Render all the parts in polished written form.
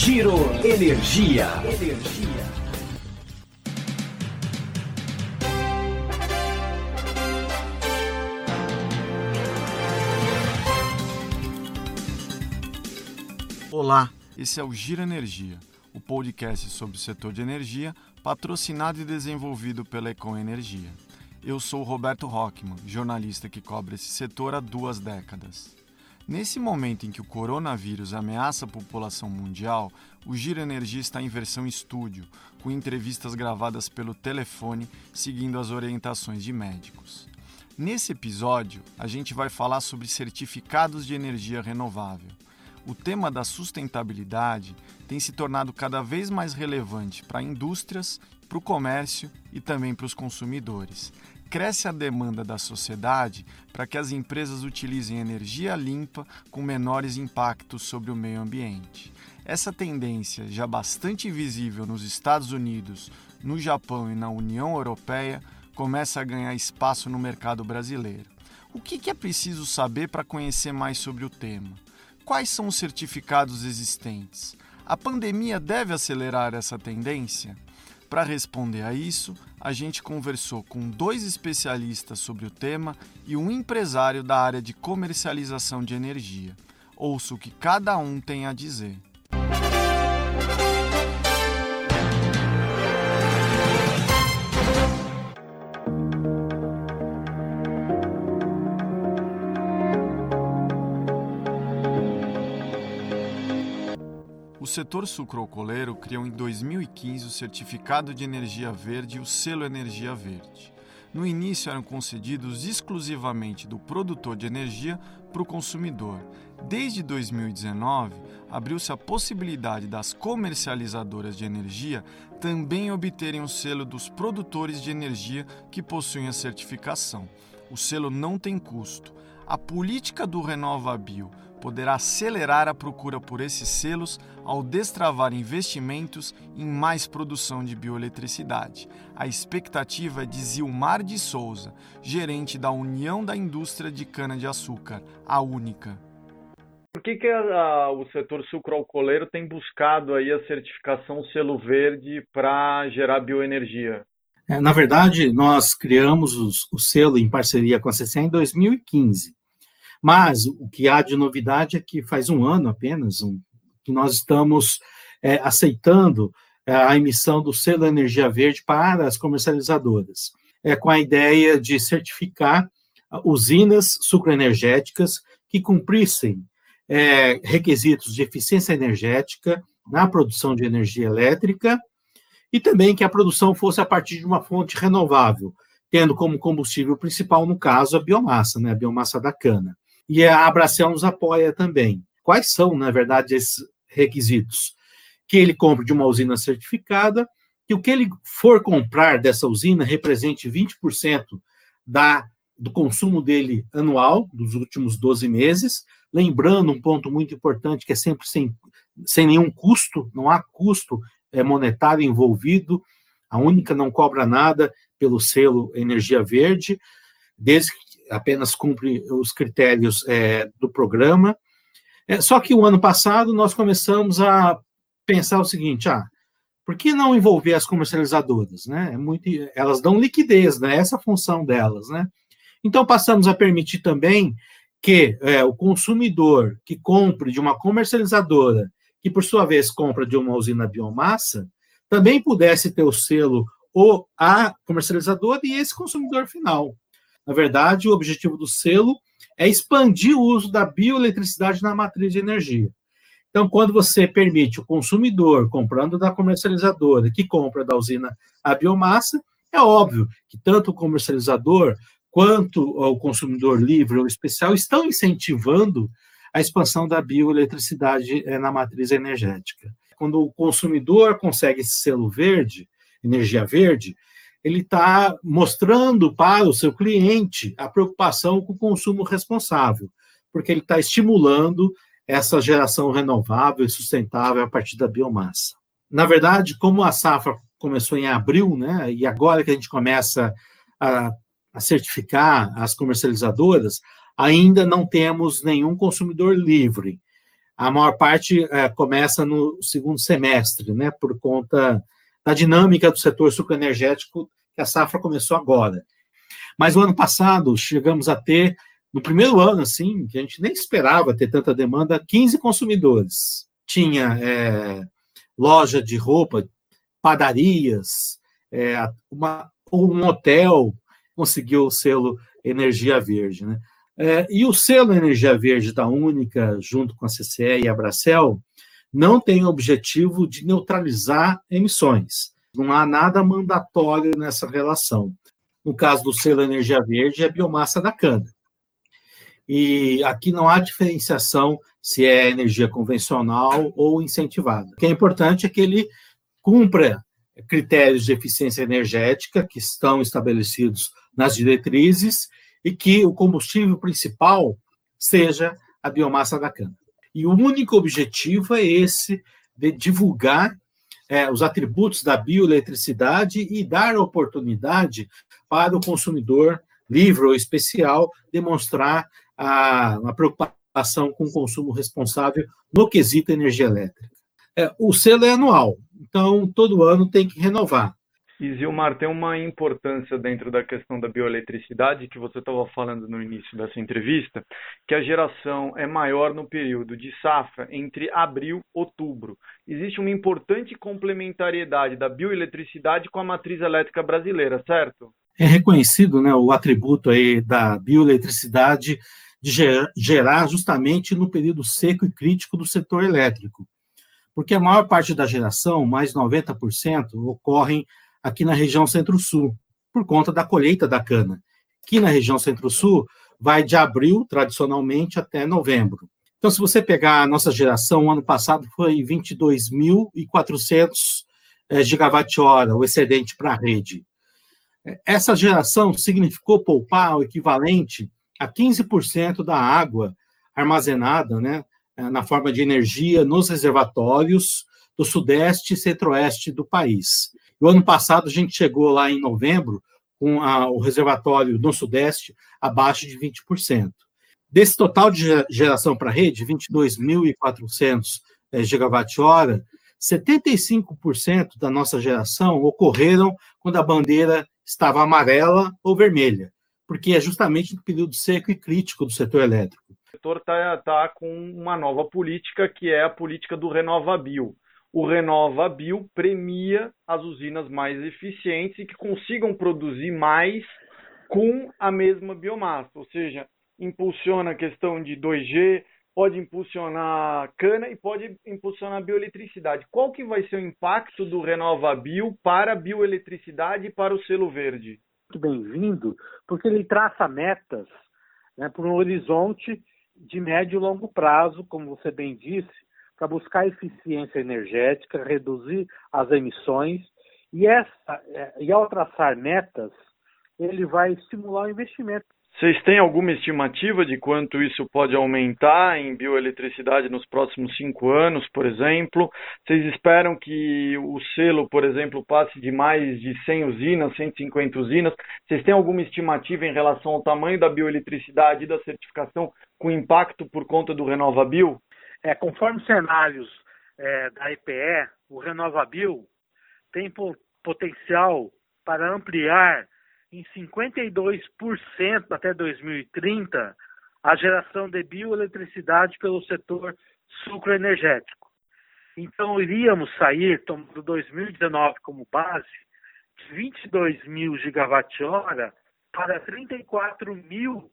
Giro Energia. Olá, esse é o Giro Energia, o podcast sobre o setor de energia, patrocinado e desenvolvido pela Econ Energia. Eu sou o Roberto Rockman, jornalista que cobre esse setor há 2 décadas. Nesse momento em que o coronavírus ameaça a população mundial, o Giro Energia está em versão estúdio, com entrevistas gravadas pelo telefone, seguindo as orientações de médicos. Nesse episódio, a gente vai falar sobre certificados de energia renovável. O tema da sustentabilidade tem se tornado cada vez mais relevante para indústrias, para o comércio e também para os consumidores. Cresce a demanda da sociedade para que as empresas utilizem energia limpa com menores impactos sobre o meio ambiente. Essa tendência, já bastante visível nos Estados Unidos, no Japão e na União Europeia, começa a ganhar espaço no mercado brasileiro. O que é preciso saber para conhecer mais sobre o tema? Quais são os certificados existentes? A pandemia deve acelerar essa tendência? Para responder a isso, a gente conversou com 2 especialistas sobre o tema e um empresário da área de comercialização de energia. Ouça o que cada um tem a dizer. O setor sucroalcooleiro criou em 2015 o Certificado de Energia Verde e o Selo Energia Verde. No início eram concedidos exclusivamente do produtor de energia para o consumidor. Desde 2019, abriu-se a possibilidade das comercializadoras de energia também obterem o selo dos produtores de energia que possuem a certificação. O selo não tem custo. A política do RenovaBio poderá acelerar a procura por esses selos ao destravar investimentos em mais produção de bioeletricidade. A expectativa é de Zilmar de Souza, gerente da União da Indústria de Cana-de-Açúcar, a Única. Por que o setor sucroalcooleiro tem buscado aí a certificação selo verde para gerar bioenergia? Na verdade, nós criamos o selo em parceria com a CCE em 2015. Mas o que há de novidade é que faz um ano apenas que nós estamos aceitando a emissão do selo Energia Verde para as comercializadoras, com a ideia de certificar usinas sucroenergéticas que cumprissem requisitos de eficiência energética na produção de energia elétrica e também que a produção fosse a partir de uma fonte renovável, tendo como combustível principal, no caso, a biomassa, né, a biomassa da cana. E a Abracel nos apoia também. Quais são, na verdade, esses requisitos? Que ele compre de uma usina certificada, que o que ele for comprar dessa usina represente 20% do consumo dele anual, dos últimos 12 meses. Lembrando um ponto muito importante, que é sempre sem nenhum custo, não há custo monetário envolvido, a Única não cobra nada pelo selo Energia Verde, desde que apenas cumpre os critérios do programa. Só que o ano passado nós começamos a pensar o seguinte, por que não envolver as comercializadoras? Né? Elas dão liquidez, né? Essa é a função delas. Né? Então passamos a permitir também que o consumidor que compre de uma comercializadora, que por sua vez compra de uma usina biomassa, também pudesse ter o selo ou a comercializadora e esse consumidor final. Na verdade, o objetivo do selo é expandir o uso da bioeletricidade na matriz de energia. Então, quando você permite o consumidor comprando da comercializadora, que compra da usina a biomassa, é óbvio que tanto o comercializador quanto o consumidor livre ou especial estão incentivando a expansão da bioeletricidade na matriz energética. Quando o consumidor consegue esse selo verde, energia verde, ele está mostrando para o seu cliente a preocupação com o consumo responsável, porque ele está estimulando essa geração renovável e sustentável a partir da biomassa. Na verdade, como a safra começou em abril, né, e agora que a gente começa a certificar as comercializadoras, ainda não temos nenhum consumidor livre. a maior parte começa no segundo semestre, né, por conta da dinâmica do setor sucroenergético, que a safra começou agora. Mas o ano passado chegamos a ter, no primeiro ano, assim, que a gente nem esperava ter tanta demanda, 15 consumidores. Tinha loja de roupa, padarias, um hotel conseguiu o selo Energia Verde, né? E o selo Energia Verde da Única, junto com a CCE e a Abracel, não tem o objetivo de neutralizar emissões. Não há nada mandatório nessa relação. No caso do selo Energia Verde, é a biomassa da cana. E aqui não há diferenciação se é energia convencional ou incentivada. O que é importante é que ele cumpra critérios de eficiência energética que estão estabelecidos nas diretrizes e que o combustível principal seja a biomassa da cana. E o único objetivo é esse, de divulgar os atributos da bioeletricidade e dar oportunidade para o consumidor livre ou especial demonstrar uma preocupação com o consumo responsável no quesito energia elétrica. O selo é anual, então todo ano tem que renovar. E, Zilmar, tem uma importância dentro da questão da bioeletricidade, que você estava falando no início dessa entrevista, que a geração é maior no período de safra entre abril e outubro. Existe uma importante complementariedade da bioeletricidade com a matriz elétrica brasileira, certo? É reconhecido, né, o atributo aí da bioeletricidade de gerar justamente no período seco e crítico do setor elétrico, porque a maior parte da geração, mais 90%, ocorrem aqui na região Centro-Sul, por conta da colheita da cana. Aqui na região Centro-Sul, vai de abril, tradicionalmente, até novembro. Então, se você pegar a nossa geração, o ano passado foi 22.400 gigawatt-hora, o excedente para a rede. Essa geração significou poupar o equivalente a 15% da água armazenada, né, na forma de energia nos reservatórios do sudeste e centro-oeste do país. O ano passado, a gente chegou lá em novembro com o reservatório no sudeste abaixo de 20%. Desse total de geração para a rede, 22.400 gigawatt-hora, 75% da nossa geração ocorreram quando a bandeira estava amarela ou vermelha, porque é justamente no período seco e crítico do setor elétrico. O setor está com uma nova política, que é a política do RenovaBio. O RenovaBio premia as usinas mais eficientes e que consigam produzir mais com a mesma biomassa, ou seja, impulsiona a questão de 2G, pode impulsionar cana e pode impulsionar a bioeletricidade. Qual que vai ser o impacto do RenovaBio para a bioeletricidade e para o selo verde? Muito bem-vindo, porque ele traça metas, né, por um horizonte de médio e longo prazo, como você bem disse, para buscar eficiência energética, reduzir as emissões, e ao traçar metas, ele vai estimular o investimento. Vocês têm alguma estimativa de quanto isso pode aumentar em bioeletricidade nos próximos 5 anos, por exemplo? Vocês esperam que o selo, por exemplo, passe de mais de 100 usinas, 150 usinas? Vocês têm alguma estimativa em relação ao tamanho da bioeletricidade e da certificação com impacto por conta do RenovaBio? Conforme cenários da EPE, o RenovaBio tem potencial para ampliar em 52% até 2030 a geração de bioeletricidade pelo setor sucroenergético. Então, iríamos sair, tomando 2019 como base, de 22 mil gigawatt-hora para 34 mil.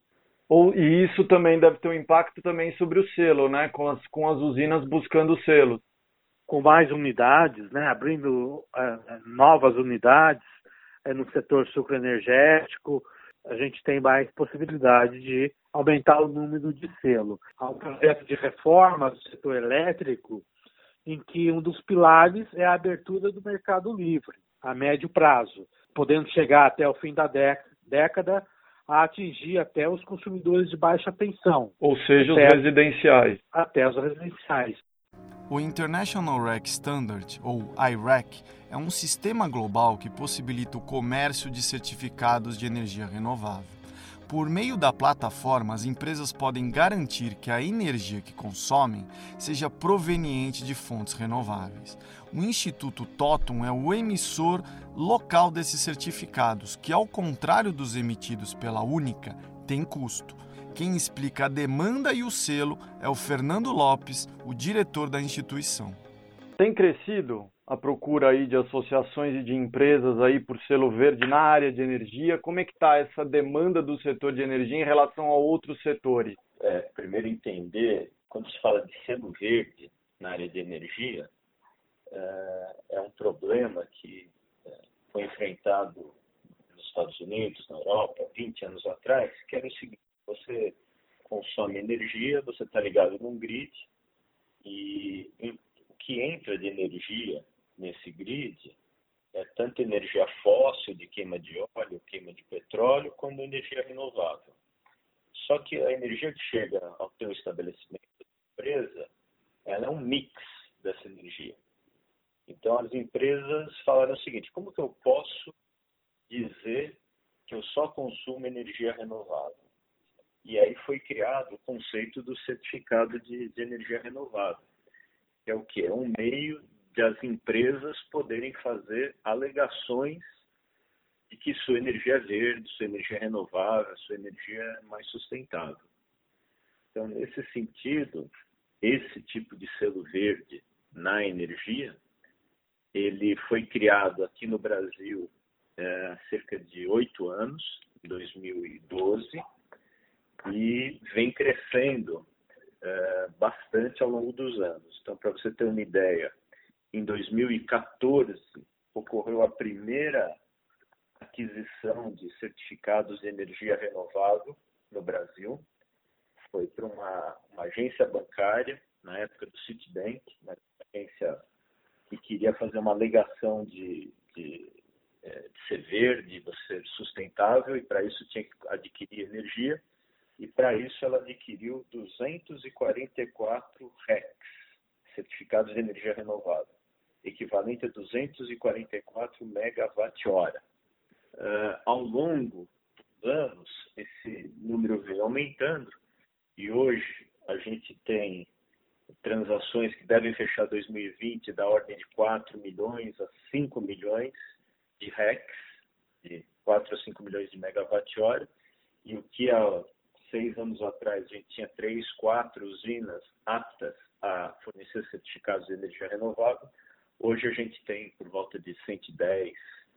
E isso também deve ter um impacto também sobre o selo, né? Com as usinas buscando o selo. Com mais unidades, né? Abrindo novas unidades no setor sucroenergético, a gente tem mais possibilidade de aumentar o número de selo. Há um projeto de reforma do setor elétrico em que um dos pilares é a abertura do mercado livre, a médio prazo, podendo chegar até o fim da década a atingir até os consumidores de baixa tensão. Ou seja, os residenciais. Até os residenciais. O International REC Standard, ou I-REC, é um sistema global que possibilita o comércio de certificados de energia renovável. Por meio da plataforma, as empresas podem garantir que a energia que consomem seja proveniente de fontes renováveis. O Instituto Totum é o emissor local desses certificados, que, ao contrário dos emitidos pela Única, tem custo. Quem explica a demanda e o selo é o Fernando Lopes, o diretor da instituição. Tem crescido a procura aí de associações e de empresas aí por selo verde na área de energia? Como é que está essa demanda do setor de energia em relação a outros setores? Primeiro entender, quando se fala de selo verde na área de energia, é um problema que foi enfrentado nos Estados Unidos, na Europa, 20 anos atrás, que era o seguinte: você consome energia, você está ligado num grid, e o que entra de energia nesse grid é tanto energia fóssil, de queima de óleo, queima de petróleo, como energia renovável. Só que a energia que chega ao teu estabelecimento da empresa, ela é um mix dessa energia. Então, as empresas falaram o seguinte: como que eu posso dizer que eu só consumo energia renovável? E aí foi criado o conceito do certificado de energia renovável, que é o quê? É um meio de as empresas poderem fazer alegações de que sua energia é verde, sua energia é renovável, sua energia é mais sustentável. Então, nesse sentido, esse tipo de selo verde na energia, ele foi criado aqui no Brasil há cerca de 8 anos, em 2012, e vem crescendo bastante ao longo dos anos. Então, para você ter uma ideia, em 2014 ocorreu a primeira aquisição de certificados de energia renovável no Brasil. Foi para uma agência bancária, na época do Citibank, uma agência que queria fazer uma alegação de ser verde, de ser sustentável, e para isso tinha que adquirir energia. E para isso ela adquiriu 244 RECs, certificados de energia renovável, equivalente a 244 megawatt-hora. Ao longo dos anos, esse número veio aumentando, e hoje a gente tem transações que devem fechar 2020 da ordem de 4 milhões a 5 milhões de RECs, de 4 a 5 milhões de megawatt-hora, e o que há 6 anos atrás a gente tinha 3, 4 usinas aptas a fornecer certificados de energia renovável, hoje a gente tem por volta de 110,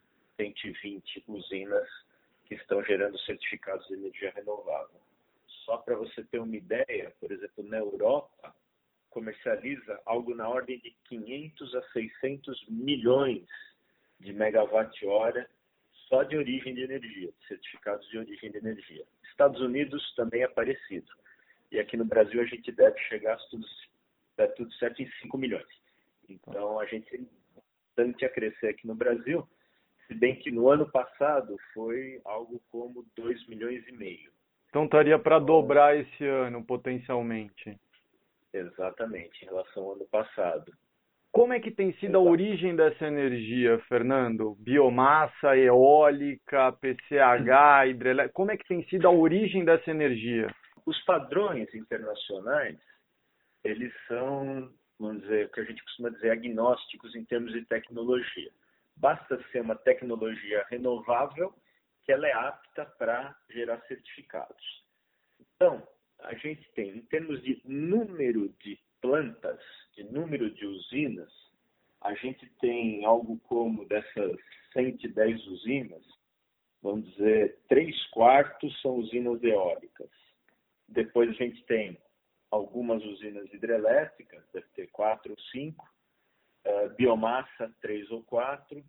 120 usinas que estão gerando certificados de energia renovável. Só para você ter uma ideia, por exemplo, na Europa, comercializa algo na ordem de 500 a 600 milhões de megawatt-hora só de origem de energia, de certificados de origem de energia. Estados Unidos também é parecido. E aqui no Brasil a gente deve chegar, se der tudo certo, em 5 milhões. Então a gente tem bastante a crescer aqui no Brasil, se bem que no ano passado foi algo como 2 milhões e meio. Então estaria para dobrar esse ano, potencialmente. Exatamente, em relação ao ano passado. Como é que tem sido a origem dessa energia, Fernando? Biomassa, eólica, PCH, hidrelétrica. Como é que tem sido a origem dessa energia? Os padrões internacionais, eles são, vamos dizer, o que a gente costuma dizer, agnósticos em termos de tecnologia. Basta ser uma tecnologia renovável que ela é apta para gerar certificados. Então, a gente tem, em termos de número de plantas, de número de usinas, a gente tem algo como dessas 110 usinas, vamos dizer, 3/4 são usinas eólicas. Depois a gente tem algumas usinas hidrelétricas, deve ter 4 ou 5, biomassa 3 ou 4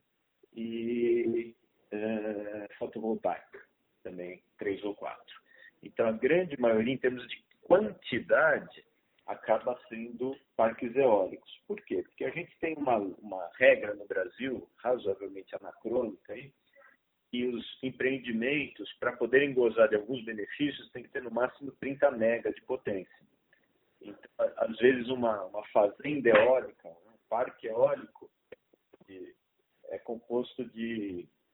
e fotovoltaica também 3 ou 4. Então a grande maioria, em termos de quantidade, acaba sendo parques eólicos. Por quê? Porque a gente tem uma regra no Brasil, razoavelmente anacrônica, e os empreendimentos, para poderem gozar de alguns benefícios, tem que ter no máximo 30 mega de potência. Então, às vezes, uma fazenda eólica, um parque eólico, é composto de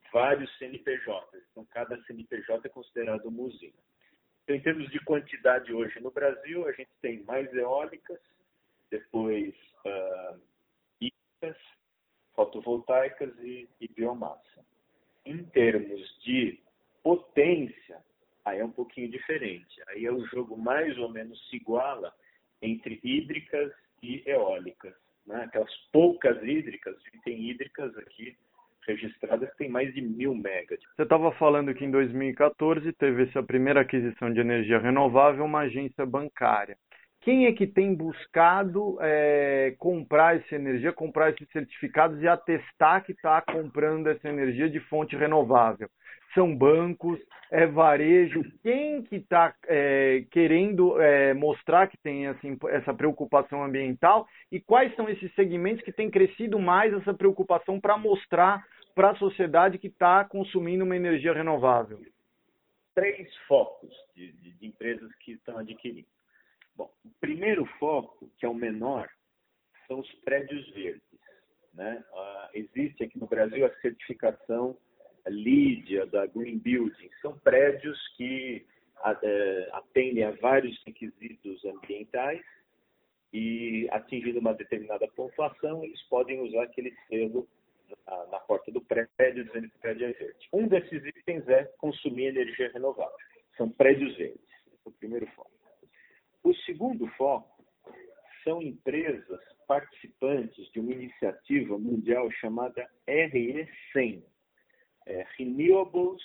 vários CNPJs. Então, cada CNPJ é considerado uma usina. Então, em termos de quantidade hoje no Brasil, a gente tem mais eólicas, depois hídricas, fotovoltaicas e biomassa. Em termos de potência, aí é um pouquinho diferente. Aí é o jogo mais ou menos se iguala entre hídricas e eólicas. Né? Aquelas poucas hídricas, a gente tem hídricas aqui registradas que tem mais de 1.000 megas. Você estava falando que em 2014 teve essa primeira aquisição de energia renovável, uma agência bancária. Quem é que tem buscado comprar essa energia, comprar esses certificados e atestar que está comprando essa energia de fonte renovável? São bancos, é varejo? Quem que está querendo mostrar que tem assim, essa preocupação ambiental? E quais são esses segmentos que têm crescido mais essa preocupação para mostrar para a sociedade que está consumindo uma energia renovável? 3 focos de empresas que estão adquirindo. Bom, o primeiro foco, que é o menor, são os prédios verdes. Né? Existe aqui no Brasil a certificação Lídia, da Green Building. São prédios que atendem a vários requisitos ambientais e, atingindo uma determinada pontuação, eles podem usar aquele selo na porta do prédio, dizendo que o prédio é verde. Um desses itens é consumir energia renovável. São prédios verdes. Esse é o primeiro foco. O segundo foco são empresas participantes de uma iniciativa mundial chamada RE100, Renewables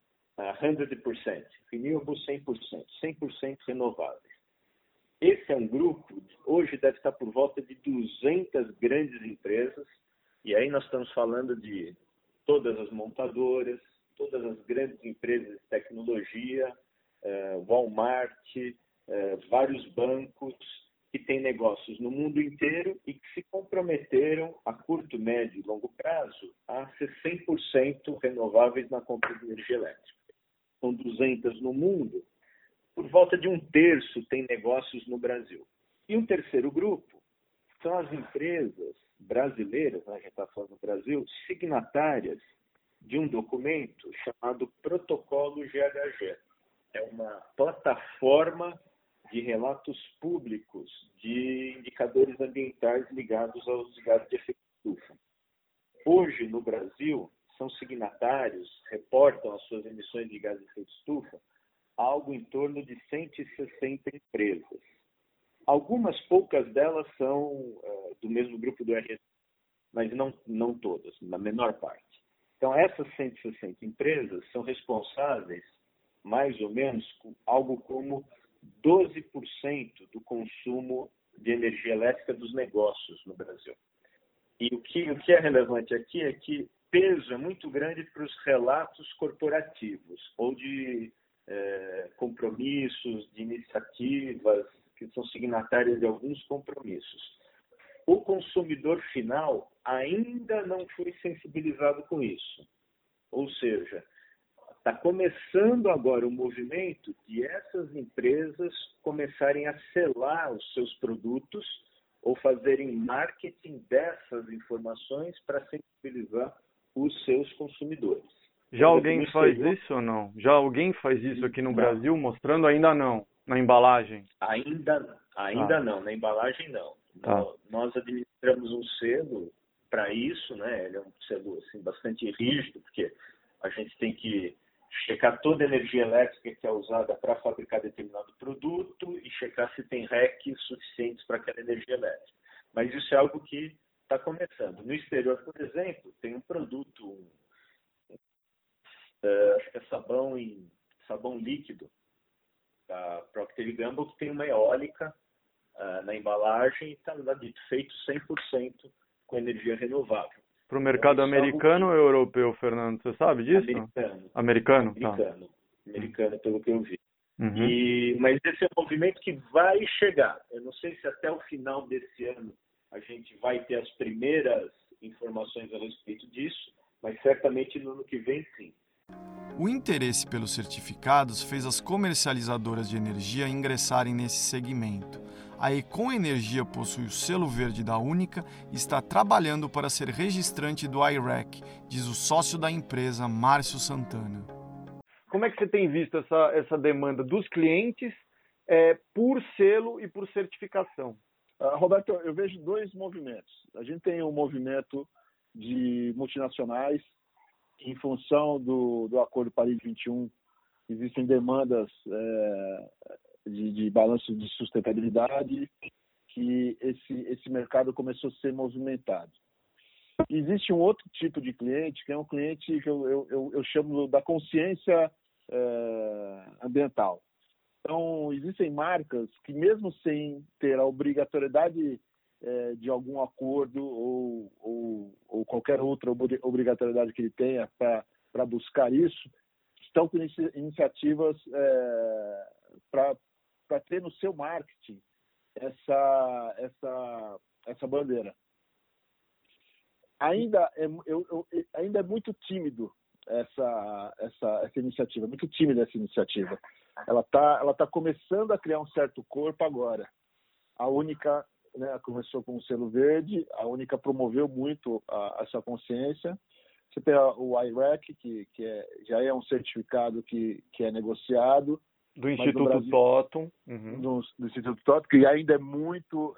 100%, Renewables 100%, 100% renováveis. Esse é um grupo, hoje deve estar por volta de 200 grandes empresas, e aí nós estamos falando de todas as montadoras, todas as grandes empresas de tecnologia, Walmart, vários bancos que têm negócios no mundo inteiro e que se comprometeram a curto, médio e longo prazo a ser 100% renováveis na compra de energia elétrica. São 200 no mundo, por volta de 1/3 tem negócios no Brasil. E um terceiro grupo são as empresas brasileiras, a gente está falando do Brasil, signatárias de um documento chamado Protocolo GHG. É uma plataforma de relatos públicos de indicadores ambientais ligados aos gases de efeito estufa. Hoje, no Brasil, são signatários, reportam as suas emissões de gases de efeito estufa, algo em torno de 160 empresas. Algumas poucas delas são do mesmo grupo do RS, mas não todas, na menor parte. Então, essas 160 empresas são responsáveis, mais ou menos, com algo como 12% do consumo de energia elétrica dos negócios no Brasil. E o que é relevante aqui é que peso é muito grande para os relatos corporativos ou de compromissos, de iniciativas que são signatárias de alguns compromissos. O consumidor final ainda não foi sensibilizado com isso. Ou seja, está começando agora o movimento de essas empresas começarem a selar os seus produtos ou fazerem marketing dessas informações para sensibilizar os seus consumidores. Já alguém faz isso ou não? Já alguém faz isso aqui no Brasil, mostrando? Ainda não, na embalagem? Ainda não, na embalagem não. Tá. Nós administramos um selo para isso, né? Ele é um selo assim, bastante rígido, porque a gente tem que checar toda a energia elétrica que é usada para fabricar determinado produto e checar se tem REC suficientes para aquela energia elétrica. Mas isso é algo que está começando. No exterior, por exemplo, tem um produto, acho que é sabão líquido, da Procter & Gamble, que tem uma eólica na embalagem e está feito 100% com energia renovável. Para o mercado americano ou europeu, Fernando? Você sabe disso? Americano. Tá. Americano, pelo que eu vi. Uhum. Mas esse é um movimento que vai chegar. Eu não sei se até o final desse ano a gente vai ter as primeiras informações a respeito disso, mas certamente no ano que vem, sim. O interesse pelos certificados fez as comercializadoras de energia ingressarem nesse segmento. A Econ Energia possui o selo verde da Única e está trabalhando para ser registrante do I-REC, diz o sócio da empresa, Márcio Santana. Como é que você tem visto essa demanda dos clientes por selo e por certificação? Roberto, eu vejo dois movimentos. A gente tem um movimento de multinacionais em função do Acordo Paris 21. Existem demandas de balanço de sustentabilidade que esse mercado começou a ser movimentado. Existe um outro tipo de cliente, que é um cliente que eu chamo da consciência ambiental. Então, existem marcas que, mesmo sem ter a obrigatoriedade de algum acordo ou qualquer outra obrigatoriedade que ele tenha para buscar isso, estão com iniciativas para ter no seu marketing essa bandeira. Ainda é muito tímido essa iniciativa, muito tímida essa iniciativa. Ela tá começando a criar um certo corpo agora. A Única, né, começou com o selo verde, a Única promoveu muito essa consciência. Você tem o I-REC, que já é um certificado que é negociado. Do Instituto Totum. Uhum. Do Instituto Totum, que ainda é muito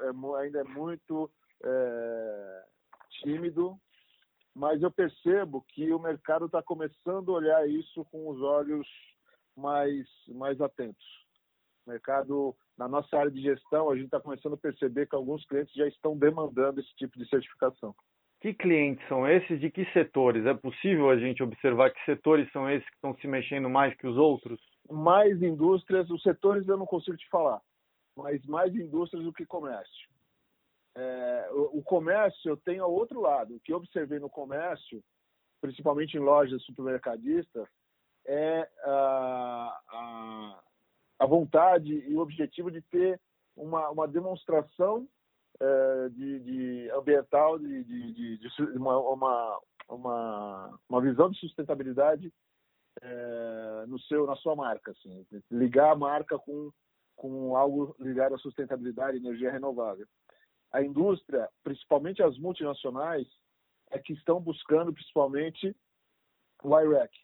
tímido, mas eu percebo que o mercado está começando a olhar isso com os olhos mais atentos. O mercado, na nossa área de gestão, a gente está começando a perceber que alguns clientes já estão demandando esse tipo de certificação. Que clientes são esses? De que setores? É possível a gente observar que setores são esses que estão se mexendo mais que os outros? Mais indústrias, os setores eu não consigo te falar, mas mais indústrias do que comércio. O comércio eu tenho ao outro lado. O que eu observei no comércio, principalmente em lojas supermercadistas, é a vontade e o objetivo de ter uma demonstração de ambiental, uma visão de sustentabilidade na sua marca, assim, ligar a marca com algo ligado à sustentabilidade e energia renovável. A indústria, principalmente as multinacionais, é que estão buscando principalmente o I-REC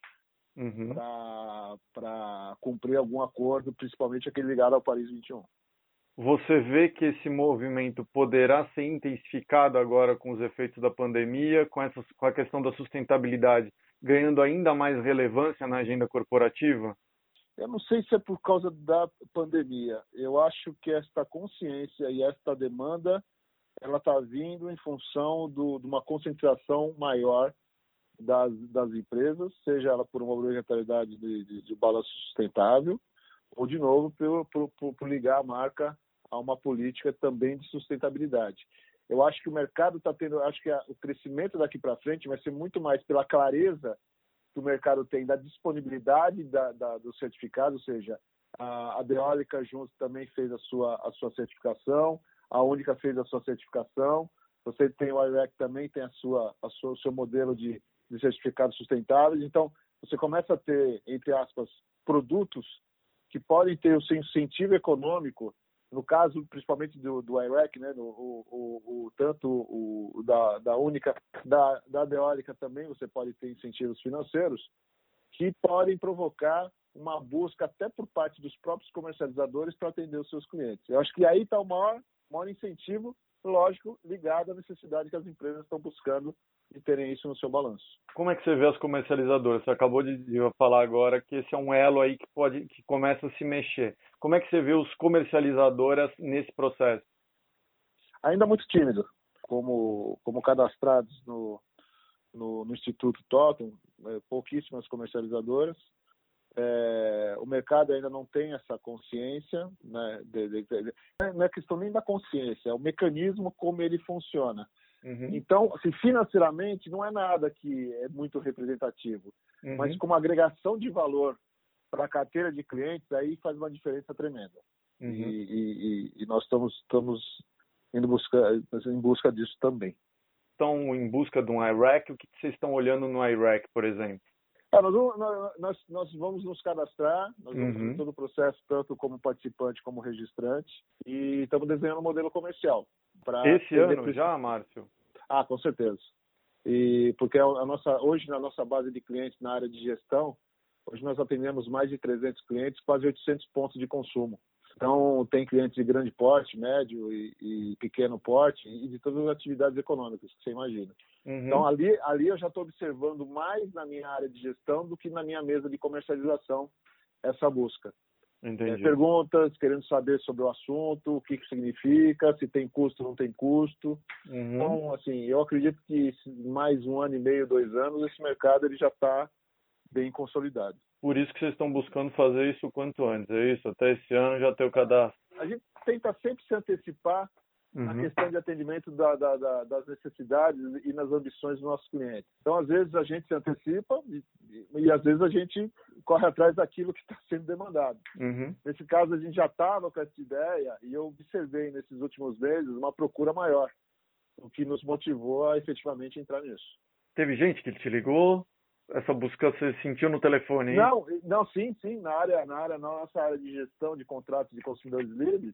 para cumprir algum acordo, principalmente aquele ligado ao Paris 21. Você vê que esse movimento poderá ser intensificado agora com os efeitos da pandemia, com a questão da sustentabilidade ganhando ainda mais relevância na agenda corporativa? Eu não sei se é por causa da pandemia. Eu acho que esta consciência e esta demanda ela está vindo em função de uma concentração maior das empresas, seja ela por uma obrigatoriedade de balanço sustentável, ou, de novo, por ligar a marca a uma política também de sustentabilidade. Eu acho que o mercado está tendo, acho que o crescimento daqui para frente vai ser muito mais pela clareza que o mercado tem da disponibilidade do certificado, ou seja, a Deólica junto também fez a sua certificação, a Única fez a sua certificação, você tem o I-REC também tem o seu modelo de certificados sustentáveis. Então, você começa a ter, entre aspas, produtos que podem ter o seu incentivo econômico, no caso, principalmente do I-REC, né, tanto da Única, da Deólica também, você pode ter incentivos financeiros que podem provocar uma busca até por parte dos próprios comercializadores para atender os seus clientes. Eu acho que aí está o maior incentivo, lógico, ligado à necessidade que as empresas estão buscando de terem isso no seu balanço. Como é que você vê as comercializadoras? Você acabou de falar agora que esse é um elo aí que começa a se mexer. Como é que você vê os comercializadoras nesse processo? Ainda muito tímido, como cadastrados no Instituto Totum, pouquíssimas comercializadoras. O mercado ainda não tem essa consciência, né, não é questão nem da consciência, é o mecanismo como ele funciona. Uhum. Então, assim, financeiramente não é nada que é muito representativo, mas como agregação de valor para a carteira de clientes, aí faz uma diferença tremenda. Uhum. E nós estamos indo em busca disso também. Estão em busca de um I-REC? O que vocês estão olhando no I-REC, por exemplo? Nós vamos nos cadastrar, nós vamos fazer todo o processo, tanto como participante como registrante, e estamos desenhando um modelo comercial. Esse ano já, Márcio? Com certeza. E porque hoje, na nossa base de clientes na área de gestão, hoje nós atendemos mais de 300 clientes, quase 800 pontos de consumo. Então, tem clientes de grande porte, médio e pequeno porte, e de todas as atividades econômicas que você imagina. Então, ali eu já estou observando mais na minha área de gestão do que na minha mesa de comercialização essa busca. Entendi. Perguntas, querendo saber sobre o assunto, o que significa, se tem custo ou não tem custo. Então, assim, eu acredito que mais 1 ano e meio, 2 anos, esse mercado ele já está bem consolidado. Por isso que vocês estão buscando fazer isso o quanto antes, é isso? Até esse ano já ter o cadastro. A gente tenta sempre se antecipar na questão de atendimento das necessidades e nas ambições dos nossos clientes. Então, às vezes, a gente se antecipa e às vezes, a gente corre atrás daquilo que está sendo demandado. Nesse caso, a gente já estava com essa ideia e eu observei nesses últimos meses uma procura maior, o que nos motivou a efetivamente entrar nisso. Teve gente que te ligou? Essa busca você sentiu no telefone, hein? Não, sim. Na nossa área de gestão de contratos de consumidores livres,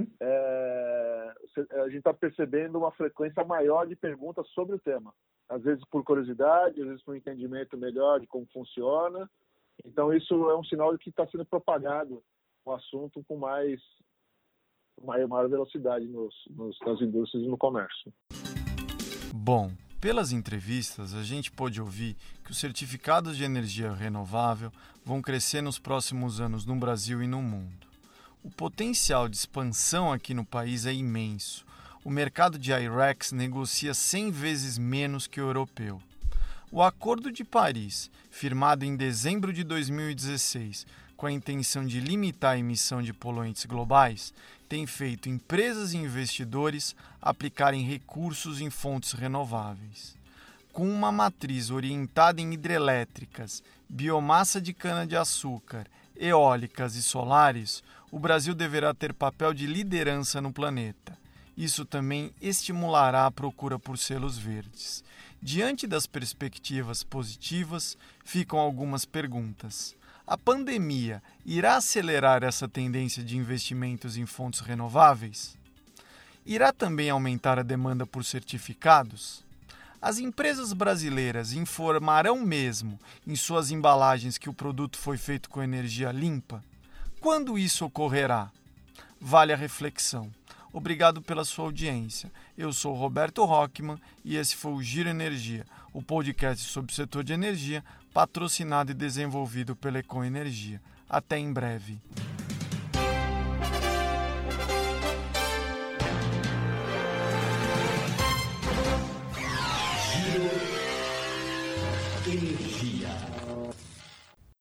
a gente está percebendo uma frequência maior de perguntas sobre o tema. Às vezes por curiosidade, às vezes por um entendimento melhor de como funciona. Então, isso é um sinal de que está sendo propagado o assunto com maior velocidade nas indústrias e no comércio. Bom, pelas entrevistas, a gente pôde ouvir que os certificados de energia renovável vão crescer nos próximos anos no Brasil e no mundo. O potencial de expansão aqui no país é imenso. O mercado de I-RECs negocia 100 vezes menos que o europeu. O Acordo de Paris, firmado em dezembro de 2016, com a intenção de limitar a emissão de poluentes globais, tem feito empresas e investidores aplicarem recursos em fontes renováveis. Com uma matriz orientada em hidrelétricas, biomassa de cana-de-açúcar, eólicas e solares, o Brasil deverá ter papel de liderança no planeta. Isso também estimulará a procura por selos verdes. Diante das perspectivas positivas, ficam algumas perguntas. A pandemia irá acelerar essa tendência de investimentos em fontes renováveis? Irá também aumentar a demanda por certificados? As empresas brasileiras informarão mesmo em suas embalagens que o produto foi feito com energia limpa? Quando isso ocorrerá? Vale a reflexão. Obrigado pela sua audiência. Eu sou Roberto Rockman e esse foi o Giro Energia, o podcast sobre o setor de energia, patrocinado e desenvolvido pela Econ Energia. Até em breve.